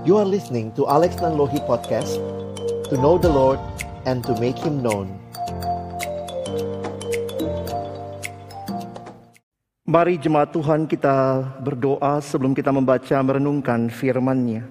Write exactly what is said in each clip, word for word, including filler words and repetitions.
You are listening to Alex Nanlohi Podcast, to know the Lord and to make Him known. Mari jemaat Tuhan kita berdoa sebelum kita membaca merenungkan firman-Nya.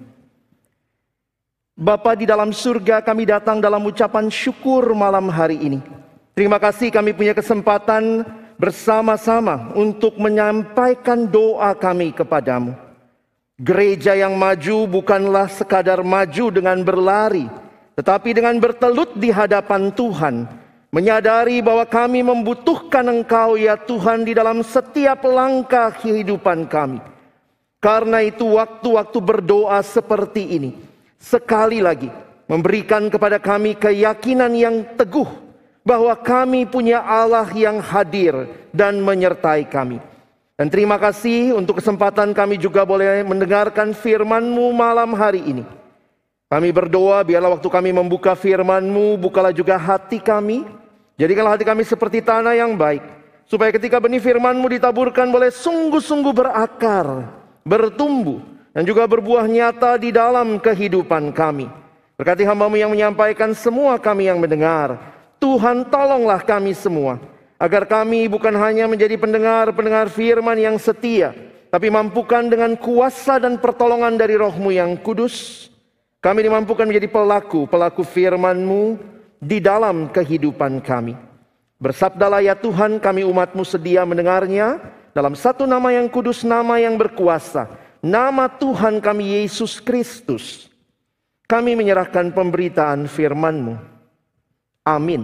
Bapa di dalam surga, kami datang dalam ucapan syukur malam hari ini. Terima kasih kami punya kesempatan bersama-sama untuk menyampaikan doa kami kepadamu. Gereja yang maju bukanlah sekadar maju dengan berlari, tetapi dengan bertelut di hadapan Tuhan, menyadari bahwa kami membutuhkan Engkau ya Tuhan di dalam setiap langkah kehidupan kami. Karena itu waktu-waktu berdoa seperti ini, sekali lagi memberikan kepada kami keyakinan yang teguh bahwa kami punya Allah yang hadir dan menyertai kami. Dan terima kasih untuk kesempatan kami juga boleh mendengarkan firman-Mu malam hari ini. Kami berdoa biarlah waktu kami membuka firman-Mu, bukalah juga hati kami. Jadikanlah hati kami seperti tanah yang baik, supaya ketika benih firman-Mu ditaburkan boleh sungguh-sungguh berakar, bertumbuh, dan juga berbuah nyata di dalam kehidupan kami. Berkati hamba-Mu yang menyampaikan, semua kami yang mendengar. Tuhan, tolonglah kami semua, agar kami bukan hanya menjadi pendengar-pendengar firman yang setia, tapi mampukan dengan kuasa dan pertolongan dari Roh-Mu yang kudus, kami dimampukan menjadi pelaku-pelaku firman-Mu di dalam kehidupan kami. Bersabdalah ya Tuhan, kami umat-Mu sedia mendengarnya, dalam satu nama yang kudus, nama yang berkuasa, nama Tuhan kami Yesus Kristus. Kami menyerahkan pemberitaan firman-Mu. Amin.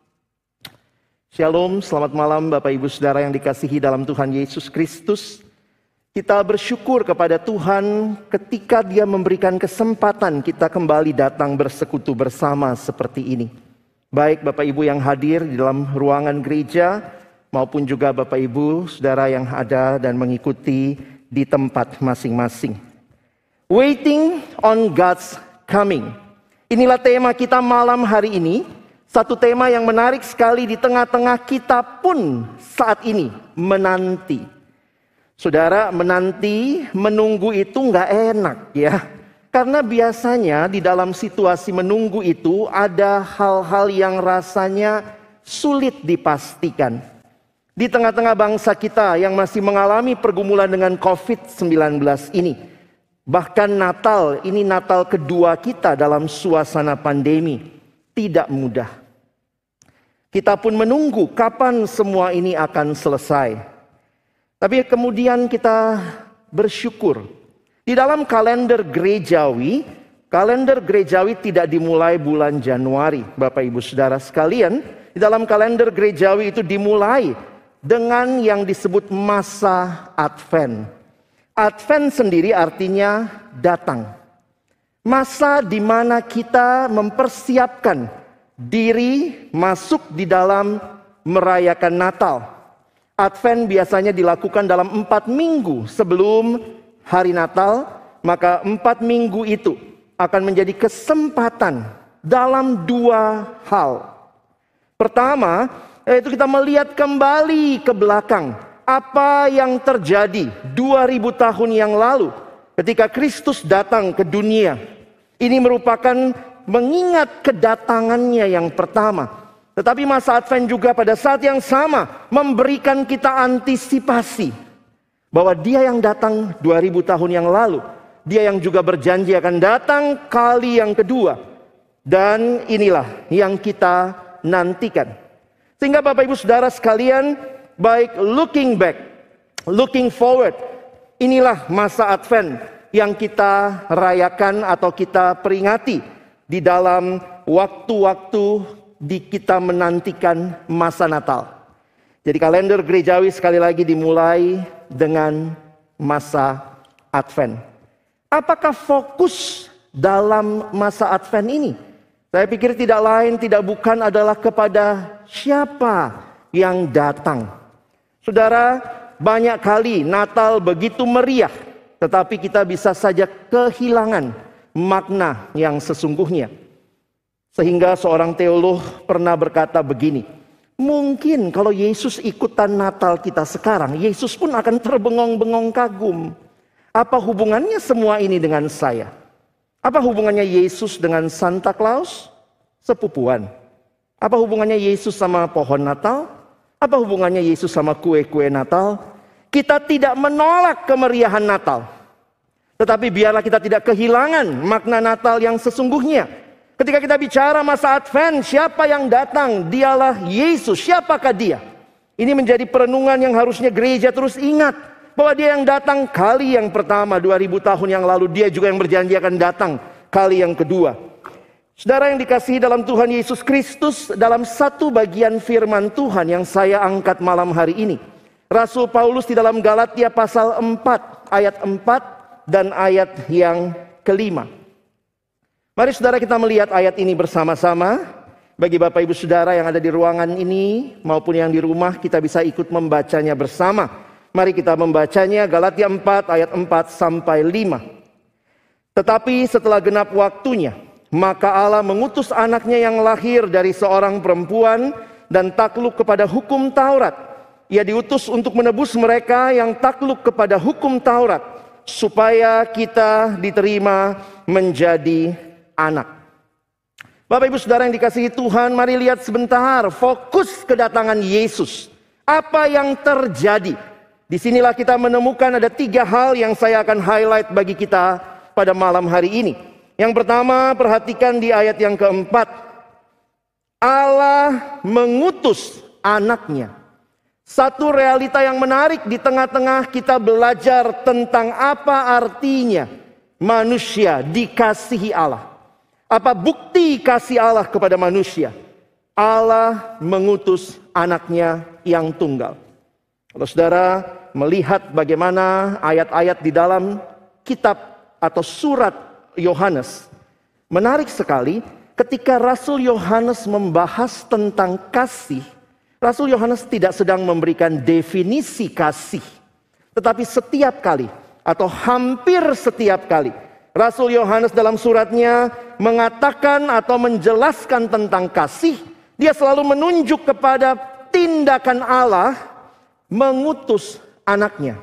Shalom, selamat malam Bapak Ibu Saudara yang dikasihi dalam Tuhan Yesus Kristus. Kita bersyukur kepada Tuhan ketika Dia memberikan kesempatan kita kembali datang bersekutu bersama seperti ini. Baik Bapak Ibu yang hadir di dalam ruangan gereja, maupun juga Bapak Ibu Saudara yang ada dan mengikuti di tempat masing-masing. Waiting on God's coming. Inilah tema kita malam hari ini. Satu tema yang menarik sekali di tengah-tengah kita pun saat ini menanti. Saudara, menanti, menunggu itu nggak enak ya. Karena biasanya di dalam situasi menunggu itu ada hal-hal yang rasanya sulit dipastikan. Di tengah-tengah bangsa kita yang masih mengalami pergumulan dengan covid sembilan belas ini. Bahkan Natal, ini Natal kedua kita dalam suasana pandemi. Tidak mudah. Kita pun menunggu kapan semua ini akan selesai. Tapi kemudian kita bersyukur. Di dalam kalender gerejawi, kalender gerejawi tidak dimulai bulan Januari. Bapak Ibu Saudara sekalian, di dalam kalender gerejawi itu dimulai dengan yang disebut masa Advent. Advent sendiri artinya datang. Masa di mana kita mempersiapkan diri masuk di dalam merayakan Natal. Advent biasanya dilakukan dalam empat minggu sebelum hari Natal. Maka empat minggu itu akan menjadi kesempatan dalam dua hal. Pertama, yaitu kita melihat kembali ke belakang. Apa yang terjadi dua ribu tahun yang lalu ketika Kristus datang ke dunia. Ini merupakan mengingat kedatangannya yang pertama. Tetapi masa Advent juga pada saat yang sama memberikan kita antisipasi bahwa Dia yang datang dua ribu tahun yang lalu, Dia yang juga berjanji akan datang kali yang kedua. Dan inilah yang kita nantikan. Sehingga Bapak Ibu Saudara sekalian, baik looking back, looking forward, inilah masa Advent yang kita rayakan atau kita peringati di dalam waktu-waktu di kita menantikan masa Natal. Jadi kalender gerejawi sekali lagi dimulai dengan masa Advent. Apakah fokus dalam masa Advent ini? Saya pikir tidak lain tidak bukan adalah kepada siapa yang datang. Saudara, banyak kali Natal begitu meriah, tetapi kita bisa saja kehilangan makna yang sesungguhnya. Sehingga seorang teolog pernah berkata begini, mungkin kalau Yesus ikutan Natal kita sekarang, Yesus pun akan terbengong-bengong kagum. Apa hubungannya semua ini dengan saya? Apa hubungannya Yesus dengan Santa Claus? Sepupuan. Apa hubungannya Yesus sama pohon Natal? Apa hubungannya Yesus sama kue-kue Natal? Kita tidak menolak kemeriahan Natal. Tetapi biarlah kita tidak kehilangan makna Natal yang sesungguhnya. Ketika kita bicara masa Advent, siapa yang datang? Dialah Yesus. Siapakah dia? Ini menjadi perenungan yang harusnya gereja terus ingat. Bahwa dia yang datang kali yang pertama dua ribu tahun yang lalu. Dia juga yang berjanji akan datang kali yang kedua. Saudara yang dikasihi dalam Tuhan Yesus Kristus, dalam satu bagian firman Tuhan yang saya angkat malam hari ini. Rasul Paulus di dalam Galatia pasal empat, ayat empat dan ayat yang kelima. Mari saudara kita melihat ayat ini bersama-sama. Bagi Bapak Ibu Saudara yang ada di ruangan ini maupun yang di rumah, kita bisa ikut membacanya bersama. Mari kita membacanya, Galatia empat ayat empat sampai lima. Tetapi setelah genap waktunya, maka Allah mengutus anaknya yang lahir dari seorang perempuan dan takluk kepada hukum Taurat. Ia diutus untuk menebus mereka yang takluk kepada hukum Taurat, supaya kita diterima menjadi anak. Bapak Ibu Saudara yang dikasihi Tuhan, mari lihat sebentar fokus kedatangan Yesus. Apa yang terjadi? Disinilah kita menemukan ada tiga hal yang saya akan highlight bagi kita pada malam hari ini. Yang pertama, perhatikan di ayat yang keempat. Allah mengutus anaknya. Satu realita yang menarik, di tengah-tengah kita belajar tentang apa artinya manusia dikasihi Allah. Apa bukti kasih Allah kepada manusia? Allah mengutus anaknya yang tunggal. Kalau saudara melihat bagaimana ayat-ayat di dalam kitab atau surat Yohanes, menarik sekali ketika Rasul Yohanes membahas tentang kasih. Rasul Yohanes tidak sedang memberikan definisi kasih, tetapi setiap kali atau hampir setiap kali Rasul Yohanes dalam suratnya mengatakan atau menjelaskan tentang kasih, dia selalu menunjuk kepada tindakan Allah mengutus anaknya.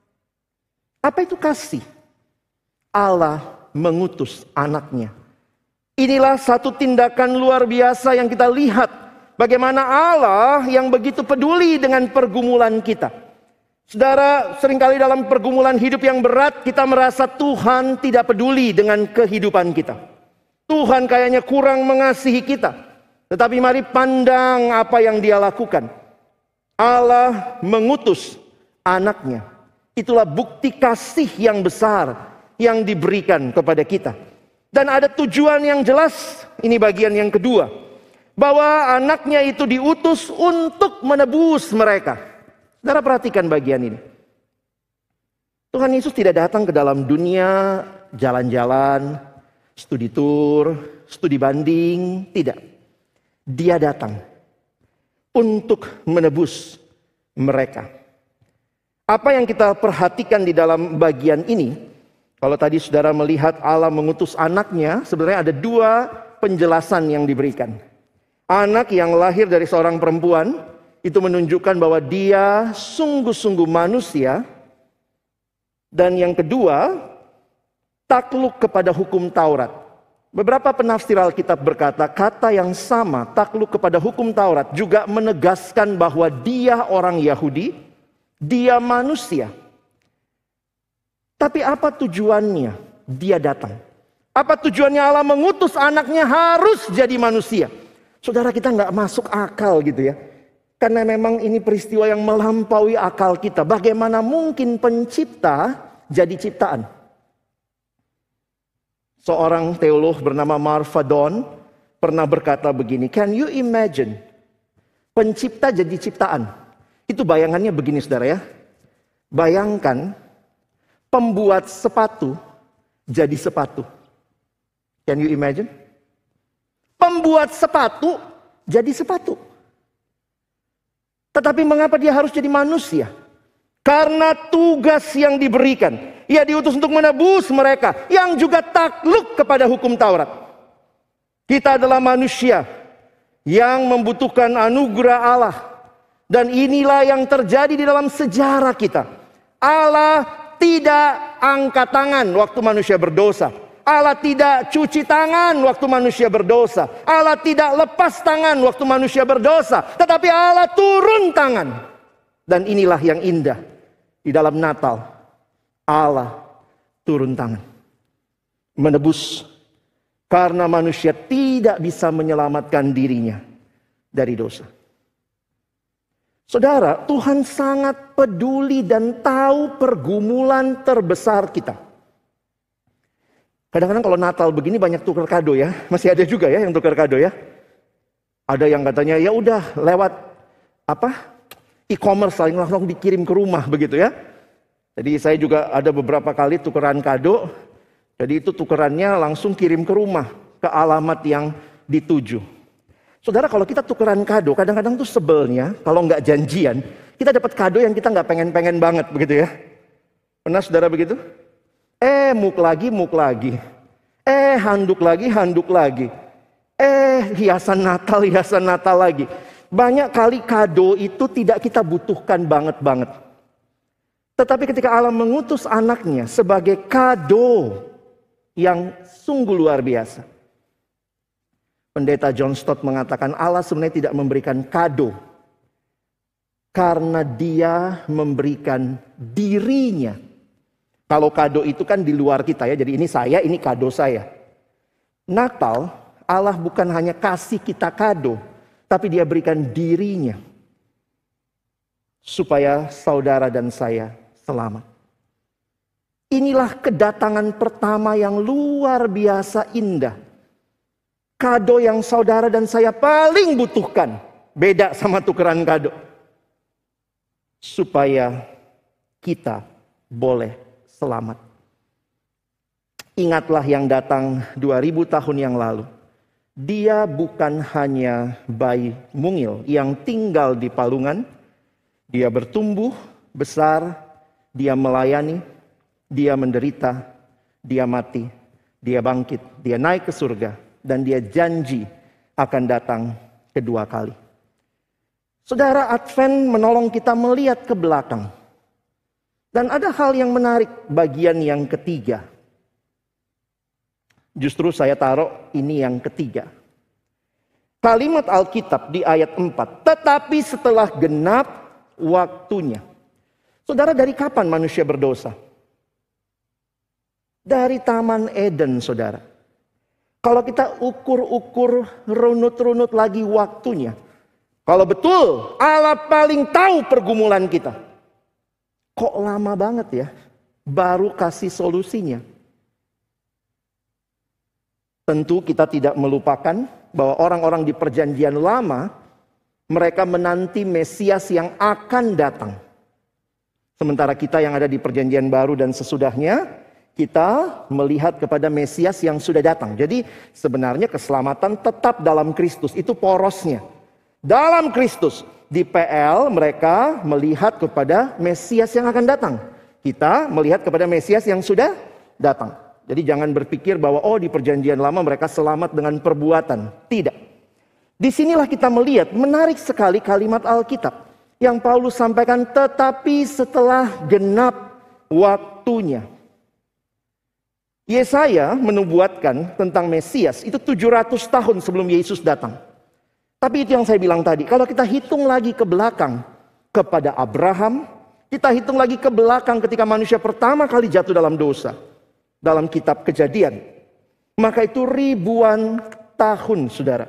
Apa itu kasih? Allah mengutus anaknya. Inilah satu tindakan luar biasa yang kita lihat. Bagaimana Allah yang begitu peduli dengan pergumulan kita. Saudara, seringkali dalam pergumulan hidup yang berat, kita merasa Tuhan tidak peduli dengan kehidupan kita. Tuhan kayaknya kurang mengasihi kita. Tetapi mari pandang apa yang Dia lakukan. Allah mengutus anaknya. Itulah bukti kasih yang besar yang diberikan kepada kita. Dan ada tujuan yang jelas, ini bagian yang kedua. Bahwa anaknya itu diutus untuk menebus mereka. Saudara perhatikan bagian ini. Tuhan Yesus tidak datang ke dalam dunia jalan-jalan, studi tour, studi banding. Tidak. Dia datang untuk menebus mereka. Apa yang kita perhatikan di dalam bagian ini? Kalau tadi saudara melihat Allah mengutus anaknya, sebenarnya ada dua penjelasan yang diberikan. Anak yang lahir dari seorang perempuan, itu menunjukkan bahwa dia sungguh-sungguh manusia. Dan yang kedua, takluk kepada hukum Taurat. Beberapa penafsir Alkitab berkata, kata yang sama, takluk kepada hukum Taurat, juga menegaskan bahwa dia orang Yahudi, dia manusia. Tapi apa tujuannya dia datang? Apa tujuannya Allah mengutus anaknya harus jadi manusia? Saudara, kita nggak masuk akal gitu ya. Karena memang ini peristiwa yang melampaui akal kita. Bagaimana mungkin pencipta jadi ciptaan? Seorang teolog bernama Marva Dawn pernah berkata begini, can you imagine pencipta jadi ciptaan? Itu bayangannya begini saudara ya. Bayangkan pembuat sepatu jadi sepatu. Can you imagine? Pembuat sepatu jadi sepatu. Tetapi mengapa dia harus jadi manusia? Karena tugas yang diberikan. Ia diutus untuk menebus mereka yang juga takluk kepada hukum Taurat. Kita adalah manusia yang membutuhkan anugerah Allah. Dan inilah yang terjadi di dalam sejarah kita. Allah tidak angkat tangan waktu manusia berdosa. Allah tidak cuci tangan waktu manusia berdosa. Allah tidak lepas tangan waktu manusia berdosa. Tetapi Allah turun tangan. Dan inilah yang indah. Di dalam Natal, Allah turun tangan. Menebus. Karena manusia tidak bisa menyelamatkan dirinya dari dosa. Saudara, Tuhan sangat peduli dan tahu pergumulan terbesar kita. Kadang-kadang kalau Natal begini banyak tukar kado ya. Masih ada juga ya yang tukar kado ya. Ada yang katanya ya udah lewat apa? E-commerce langsung langsung dikirim ke rumah begitu ya. Jadi saya juga ada beberapa kali tukeran kado. Jadi itu tukerannya langsung kirim ke rumah ke alamat yang dituju. Saudara, kalau kita tukeran kado, kadang-kadang tuh sebelnya kalau nggak janjian, kita dapat kado yang kita nggak pengen-pengen banget begitu ya. Pernah saudara begitu? Eh, muk lagi, muk lagi. Eh, handuk lagi, handuk lagi. Eh, hiasan Natal, hiasan Natal lagi. Banyak kali kado itu tidak kita butuhkan banget-banget. Tetapi ketika Allah mengutus anaknya sebagai kado yang sungguh luar biasa. Pendeta John Stott mengatakan Allah sebenarnya tidak memberikan kado. Karena dia memberikan dirinya. Kalau kado itu kan di luar kita ya, jadi ini saya, ini kado saya. Natal, Allah bukan hanya kasih kita kado, tapi dia berikan dirinya. Supaya saudara dan saya selamat. Inilah kedatangan pertama yang luar biasa indah. Kado yang saudara dan saya paling butuhkan. Beda sama tukeran kado. Supaya kita boleh selamat. Ingatlah yang datang dua ribu tahun yang lalu. Dia bukan hanya bayi mungil yang tinggal di palungan. Dia bertumbuh besar, dia melayani, dia menderita, dia mati, dia bangkit, dia naik ke surga, dan dia janji akan datang kedua kali. Saudara, Advent menolong kita melihat ke belakang. Dan ada hal yang menarik bagian yang ketiga. Justru saya taruh ini yang ketiga. Kalimat Alkitab di ayat empat. Tetapi setelah genap waktunya. Saudara, dari kapan manusia berdosa? Dari Taman Eden, saudara. Kalau kita ukur-ukur, runut-runut lagi waktunya. Kalau betul Allah paling tahu pergumulan kita. Kok lama banget ya, baru kasih solusinya. Tentu kita tidak melupakan bahwa orang-orang di perjanjian lama, mereka menanti Mesias yang akan datang. Sementara kita yang ada di perjanjian baru dan sesudahnya, kita melihat kepada Mesias yang sudah datang. Jadi sebenarnya keselamatan tetap dalam Kristus, itu porosnya. Dalam Kristus. Di P L mereka melihat kepada Mesias yang akan datang. Kita melihat kepada Mesias yang sudah datang. Jadi jangan berpikir bahwa oh di perjanjian lama mereka selamat dengan perbuatan. Tidak. Disinilah kita melihat menarik sekali kalimat Alkitab. Yang Paulus sampaikan tetapi setelah genap waktunya. Yesaya menubuatkan tentang Mesias itu tujuh ratus tahun sebelum Yesus datang. Tapi itu yang saya bilang tadi, kalau kita hitung lagi ke belakang kepada Abraham, kita hitung lagi ke belakang ketika manusia pertama kali jatuh dalam dosa. Dalam kitab Kejadian. Maka itu ribuan tahun, saudara.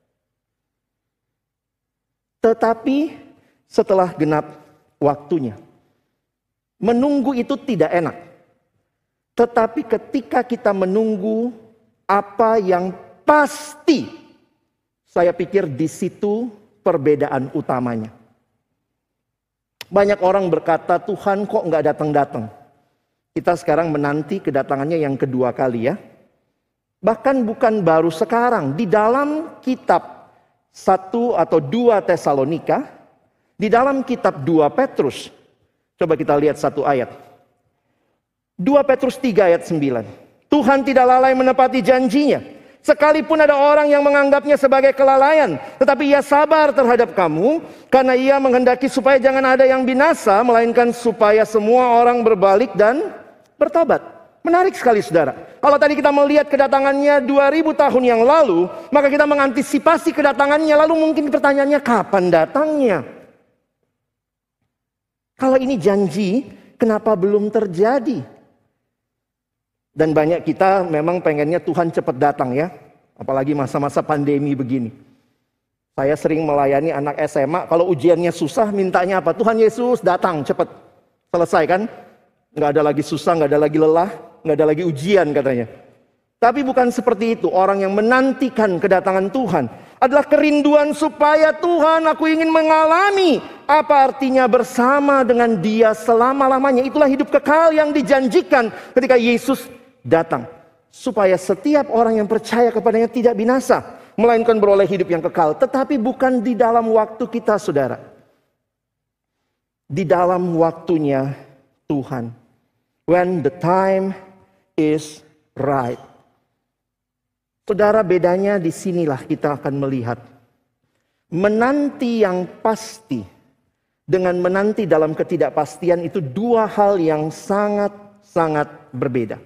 Tetapi setelah genap waktunya. Menunggu itu tidak enak. Tetapi ketika kita menunggu apa yang pasti, saya pikir di situ perbedaan utamanya. Banyak orang berkata, Tuhan kok nggak datang-datang? Kita sekarang menanti kedatangannya yang kedua kali ya. Bahkan bukan baru sekarang. Di dalam kitab satu atau dua Tesalonika, di dalam kitab dua Petrus. Coba kita lihat satu ayat. dua Petrus tiga ayat sembilan. Tuhan tidak lalai menepati janjinya. Sekalipun ada orang yang menganggapnya sebagai kelalaian, tetapi ia sabar terhadap kamu, karena ia menghendaki supaya jangan ada yang binasa, melainkan supaya semua orang berbalik dan bertobat. Menarik sekali saudara. Kalau tadi kita melihat kedatangannya dua ribu tahun yang lalu, maka kita mengantisipasi kedatangannya. Lalu mungkin pertanyaannya, kapan datangnya? Kalau ini janji, kenapa belum terjadi? Dan banyak kita memang pengennya Tuhan cepat datang ya. Apalagi masa-masa pandemi begini. Saya sering melayani anak S M A, kalau ujiannya susah mintanya apa? Tuhan Yesus datang cepat. Selesai kan? Nggak ada lagi susah, nggak ada lagi lelah, nggak ada lagi ujian katanya. Tapi bukan seperti itu. Orang yang menantikan kedatangan Tuhan adalah kerinduan supaya Tuhan, aku ingin mengalami apa artinya bersama dengan Dia selama-lamanya. Itulah hidup kekal yang dijanjikan ketika Yesus datang. Supaya setiap orang yang percaya kepadanya tidak binasa, melainkan beroleh hidup yang kekal. Tetapi bukan di dalam waktu kita saudara. Di dalam waktunya Tuhan. When the time is right. Saudara, bedanya di sinilah kita akan melihat. Menanti yang pasti dengan menanti dalam ketidakpastian itu dua hal yang sangat-sangat berbeda.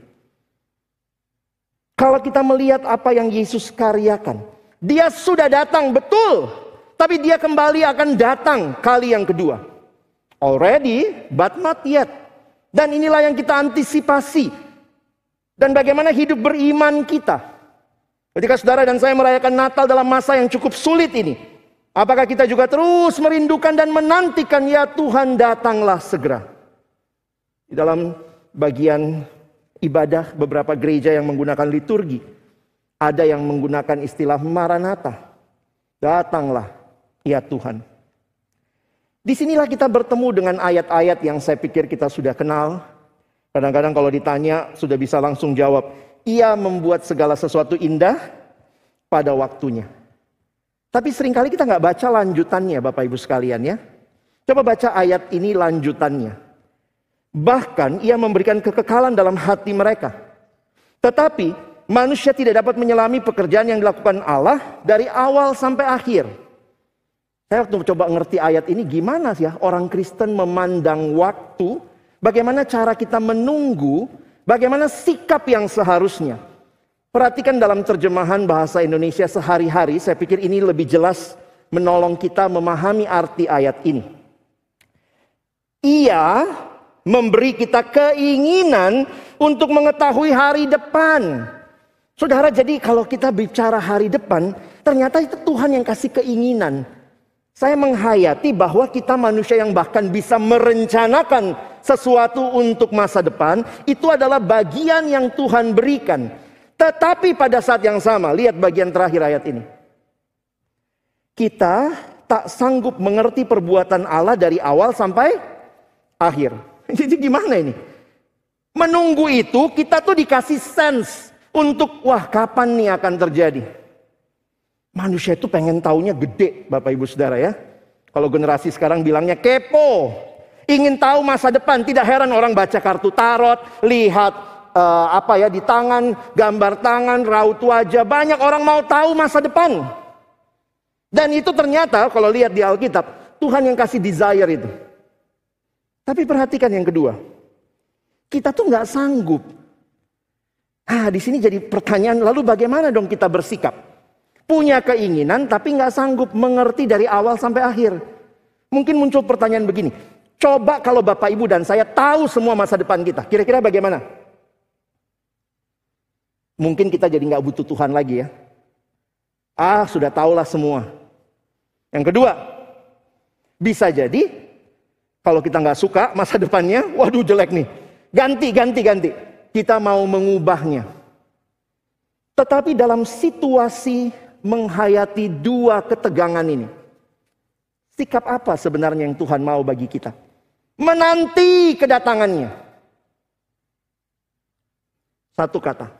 Kalau kita melihat apa yang Yesus karyakan, Dia sudah datang betul, tapi Dia kembali akan datang kali yang kedua. Already, but not yet. Dan inilah yang kita antisipasi. Dan bagaimana hidup beriman kita. Ketika saudara dan saya merayakan Natal dalam masa yang cukup sulit ini, apakah kita juga terus merindukan dan menantikan, ya Tuhan datanglah segera. Di dalam bagian ibadah beberapa gereja yang menggunakan liturgi, ada yang menggunakan istilah Maranatha. Datanglah ya Tuhan. Disinilah kita bertemu dengan ayat-ayat yang saya pikir kita sudah kenal. Kadang-kadang kalau ditanya sudah bisa langsung jawab. Ia membuat segala sesuatu indah pada waktunya. Tapi seringkali kita nggak baca lanjutannya Bapak Ibu sekalian ya. Coba baca ayat ini lanjutannya. Bahkan ia memberikan kekekalan dalam hati mereka. Tetapi manusia tidak dapat menyelami pekerjaan yang dilakukan Allah dari awal sampai akhir. Saya waktu coba ngerti ayat ini, gimana sih ya orang Kristen memandang waktu, bagaimana cara kita menunggu, bagaimana sikap yang seharusnya. Perhatikan dalam terjemahan bahasa Indonesia sehari-hari, saya pikir ini lebih jelas menolong kita memahami arti ayat ini. Ia memberi kita keinginan untuk mengetahui hari depan. Saudara, jadi kalau kita bicara hari depan, ternyata itu Tuhan yang kasih keinginan. Saya menghayati bahwa kita manusia yang bahkan bisa merencanakan sesuatu untuk masa depan, itu adalah bagian yang Tuhan berikan. Tetapi pada saat yang sama, lihat bagian terakhir ayat ini. Kita tak sanggup mengerti perbuatan Allah dari awal sampai akhir. Jadi gimana ini? Menunggu itu kita tuh dikasih sense untuk wah kapan nih akan terjadi. Manusia itu pengen taunya gede Bapak Ibu Saudara ya. Kalau generasi sekarang bilangnya kepo. Ingin tahu masa depan. Tidak heran orang baca kartu tarot. Lihat uh, apa ya di tangan. Gambar tangan, raut wajah. Banyak orang mau tahu masa depan. Dan itu ternyata kalau lihat di Alkitab. Tuhan yang kasih desire itu. Tapi perhatikan yang kedua. Kita tuh gak sanggup. Ah, di sini jadi pertanyaan. Lalu bagaimana dong kita bersikap? Punya keinginan tapi nggak sanggup mengerti dari awal sampai akhir. Mungkin muncul pertanyaan begini. Coba kalau Bapak Ibu dan saya tahu semua masa depan kita. Kira-kira bagaimana? Mungkin kita jadi nggak butuh Tuhan lagi ya. Ah sudah tahulah semua. Yang kedua. Bisa jadi. Kalau kita nggak suka masa depannya. Waduh jelek nih. Ganti, ganti, ganti. Kita mau mengubahnya. Tetapi dalam situasi menghayati dua ketegangan ini. Sikap apa sebenarnya yang Tuhan mau bagi kita? Menanti kedatangannya. Satu kata.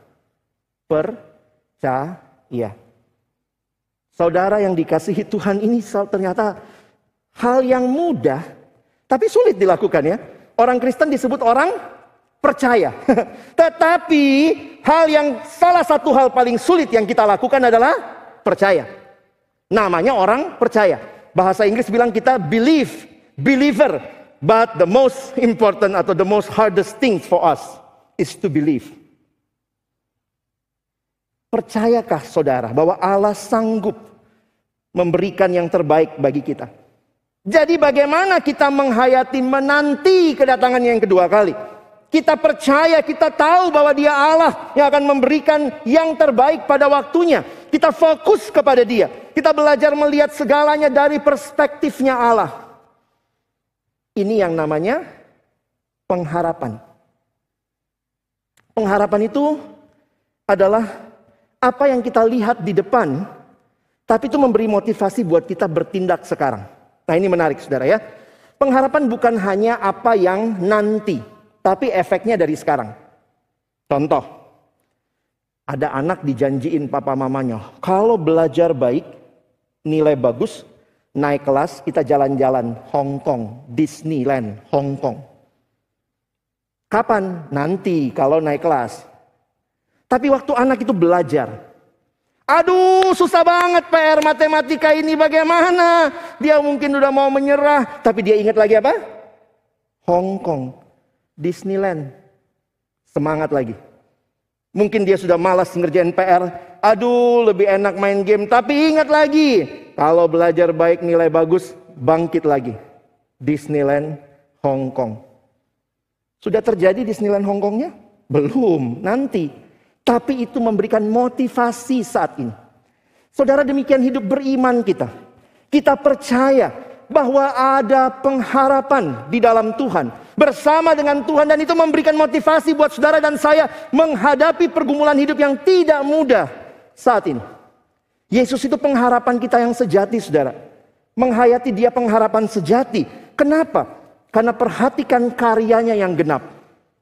Percaya. Saudara yang dikasihi Tuhan ini ternyata hal yang mudah. Tapi sulit dilakukan ya. Orang Kristen disebut orang percaya. Tetapi hal yang salah satu hal paling sulit yang kita lakukan adalah percaya. Namanya orang percaya. Bahasa Inggris bilang kita believe, believer. But the most important atau the most hardest thing for us is to believe. Percayakah saudara bahwa Allah sanggup memberikan yang terbaik bagi kita? Jadi bagaimana kita menghayati, menanti kedatangan yang kedua kali? Kita percaya, kita tahu bahwa Dia Allah yang akan memberikan yang terbaik pada waktunya. Kita fokus kepada Dia. Kita belajar melihat segalanya dari perspektifnya Allah. Ini yang namanya pengharapan. Pengharapan itu adalah apa yang kita lihat di depan, tapi itu memberi motivasi buat kita bertindak sekarang. Nah, ini menarik saudara ya. Pengharapan bukan hanya apa yang nanti, tapi efeknya dari sekarang. Contoh, ada anak dijanjiin papa mamanya, kalau belajar baik, nilai bagus, naik kelas, kita jalan-jalan Hong Kong, Disneyland, Hong Kong. Kapan? Nanti kalau naik kelas. Tapi waktu anak itu belajar, aduh susah banget P R matematika ini bagaimana? Dia mungkin udah mau menyerah, tapi dia ingat lagi apa? Hong Kong, Disneyland. Semangat lagi. Mungkin dia sudah malas ngerjain P R, aduh lebih enak main game. Tapi ingat lagi, kalau belajar baik nilai bagus, bangkit lagi. Disneyland, Hong Kong. Sudah terjadi Disneyland Hong Kongnya? Belum, nanti. Tapi itu memberikan motivasi saat ini. Saudara, demikian hidup beriman kita. Kita percaya bahwa ada pengharapan di dalam Tuhan. Bersama dengan Tuhan, dan itu memberikan motivasi buat saudara dan saya menghadapi pergumulan hidup yang tidak mudah saat ini. Yesus itu pengharapan kita yang sejati saudara. Menghayati Dia pengharapan sejati. Kenapa? Karena perhatikan karyanya yang genap.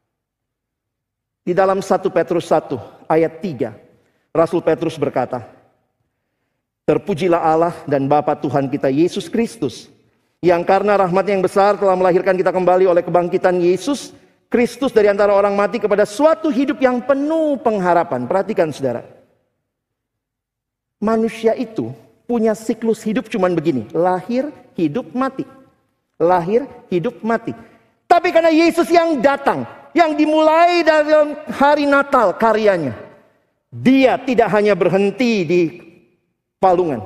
Di dalam satu Petrus satu ayat tiga, Rasul Petrus berkata, terpujilah Allah dan Bapa Tuhan kita Yesus Kristus, yang karena rahmat-Nya yang besar telah melahirkan kita kembali oleh kebangkitan Yesus Kristus dari antara orang mati kepada suatu hidup yang penuh pengharapan. Perhatikan saudara, manusia itu punya siklus hidup cuman begini, lahir, hidup, mati. Lahir, hidup, mati. Tapi karena Yesus yang datang, yang dimulai dari hari Natal karyanya, Dia tidak hanya berhenti di palungan.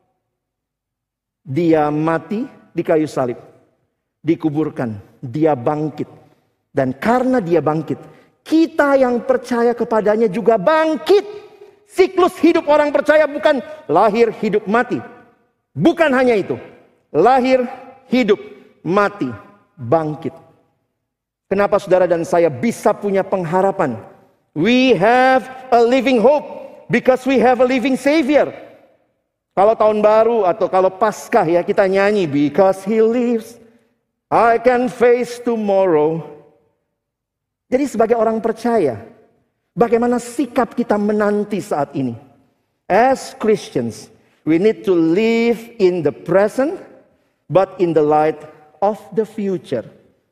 Dia mati di kayu salib, dikuburkan, Dia bangkit. Dan karena Dia bangkit, kita yang percaya kepadanya juga bangkit. Siklus hidup orang percaya bukan lahir, hidup, mati. Bukan hanya itu. Lahir, hidup, mati, bangkit. Kenapa saudara dan saya bisa punya pengharapan? We have a living hope because we have a living Savior. Kalau tahun baru atau kalau Paskah ya kita nyanyi, because He lives, I can face tomorrow. Jadi sebagai orang percaya, bagaimana sikap kita menanti saat ini? As Christians, we need to live in the present, but in the light of the future.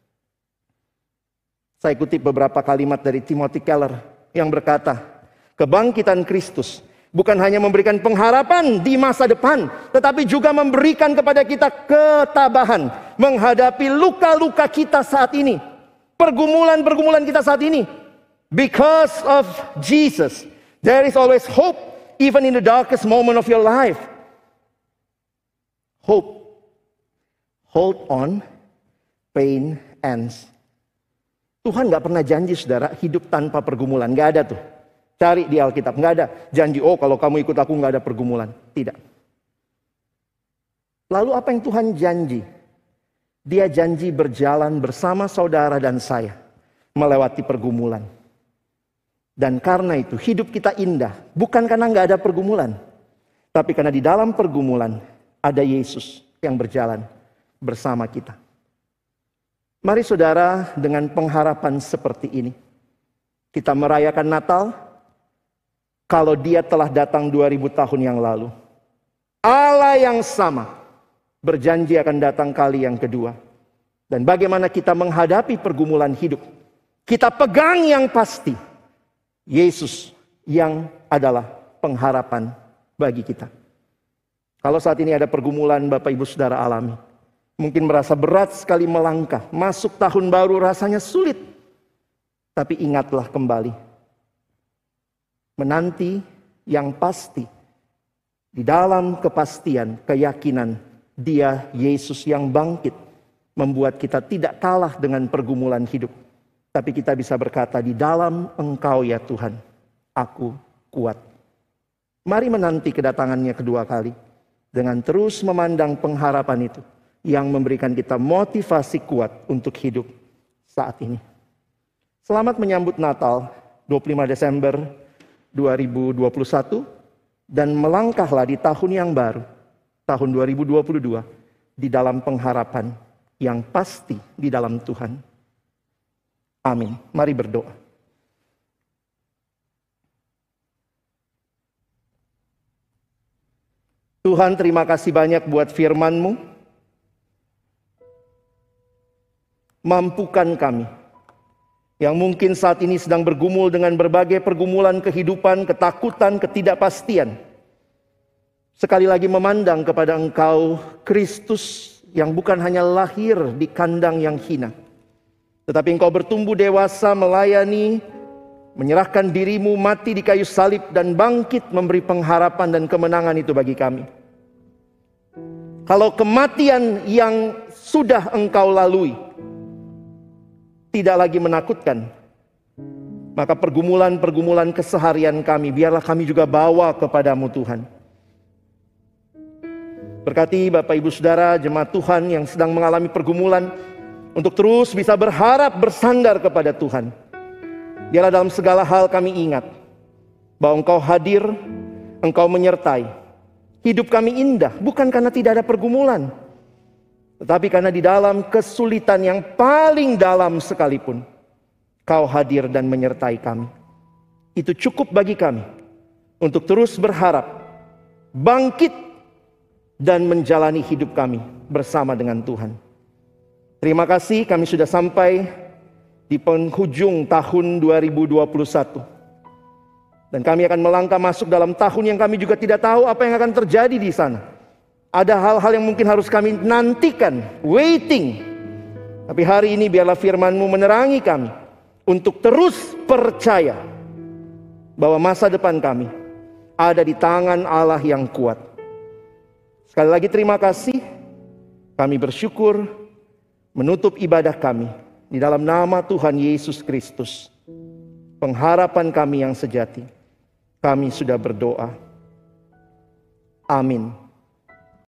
Saya kutip beberapa kalimat dari Timothy Keller yang berkata, kebangkitan Kristus bukan hanya memberikan pengharapan di masa depan, tetapi juga memberikan kepada kita ketabahan menghadapi luka-luka kita saat ini, pergumulan-pergumulan kita saat ini. Because of Jesus, there is always hope even in the darkest moment of your life. Hope. Hold on, pain ends. Tuhan gak pernah janji saudara hidup tanpa pergumulan. Gak ada tuh. Cari di Alkitab. Gak ada janji, oh kalau kamu ikut aku gak ada pergumulan. Tidak. Lalu apa yang Tuhan janji? Dia janji berjalan bersama saudara dan saya melewati pergumulan. Dan karena itu hidup kita indah. Bukan karena gak ada pergumulan. Tapi karena di dalam pergumulan ada Yesus yang berjalan bersama kita. Mari saudara, dengan pengharapan seperti ini, kita merayakan Natal kalau Dia telah datang dua ribu tahun yang lalu. Allah yang sama berjanji akan datang kali yang kedua. Dan bagaimana kita menghadapi pergumulan hidup, kita pegang yang pasti, Yesus yang adalah pengharapan bagi kita. Kalau saat ini ada pergumulan Bapak Ibu Saudara alami, mungkin merasa berat sekali melangkah. Masuk tahun baru rasanya sulit. Tapi ingatlah kembali, menanti yang pasti di dalam kepastian, keyakinan Dia Yesus yang bangkit membuat kita tidak kalah dengan pergumulan hidup. Tapi kita bisa berkata, di dalam Engkau ya Tuhan, aku kuat. Mari menanti kedatangannya kedua kali dengan terus memandang pengharapan itu yang memberikan kita motivasi kuat untuk hidup saat ini. Selamat menyambut Natal dua puluh lima Desember dua ribu dua puluh satu dan melangkahlah di tahun yang baru, tahun dua ribu dua puluh dua, di dalam pengharapan yang pasti di dalam Tuhan. Amin. Mari berdoa. Tuhan, terima kasih banyak buat firman-Mu. Mampukan kami yang mungkin saat ini sedang bergumul dengan berbagai pergumulan kehidupan, ketakutan, ketidakpastian. Sekali lagi memandang kepada Engkau, Kristus, yang bukan hanya lahir di kandang yang hina, tetapi Engkau bertumbuh dewasa, melayani, menyerahkan dirimu, mati di kayu salib, dan bangkit memberi pengharapan dan kemenangan itu bagi kami. Kalau kematian yang sudah Engkau lalui tidak lagi menakutkan, maka pergumulan-pergumulan keseharian kami, biarlah kami juga bawa kepadamu Tuhan. Berkati Bapak Ibu Saudara, jemaat Tuhan yang sedang mengalami pergumulan, untuk terus bisa berharap bersandar kepada Tuhan. Biarlah dalam segala hal kami ingat bahwa Engkau hadir, Engkau menyertai. Hidup kami indah bukan karena tidak ada pergumulan, tetapi karena di dalam kesulitan yang paling dalam sekalipun, Kau hadir dan menyertai kami. Itu cukup bagi kami untuk terus berharap, bangkit, dan menjalani hidup kami bersama dengan Tuhan. Terima kasih, kami sudah sampai di penghujung tahun dua ribu dua puluh satu. Dan kami akan melangkah masuk dalam tahun yang kami juga tidak tahu apa yang akan terjadi di sana. Ada hal-hal yang mungkin harus kami nantikan, waiting. Tapi hari ini biarlah firman-Mu menerangi kami untuk terus percaya bahwa masa depan kami ada di tangan Allah yang kuat. Sekali lagi terima kasih. Kami bersyukur menutup ibadah kami di dalam nama Tuhan Yesus Kristus, pengharapan kami yang sejati. Kami sudah berdoa. Amin.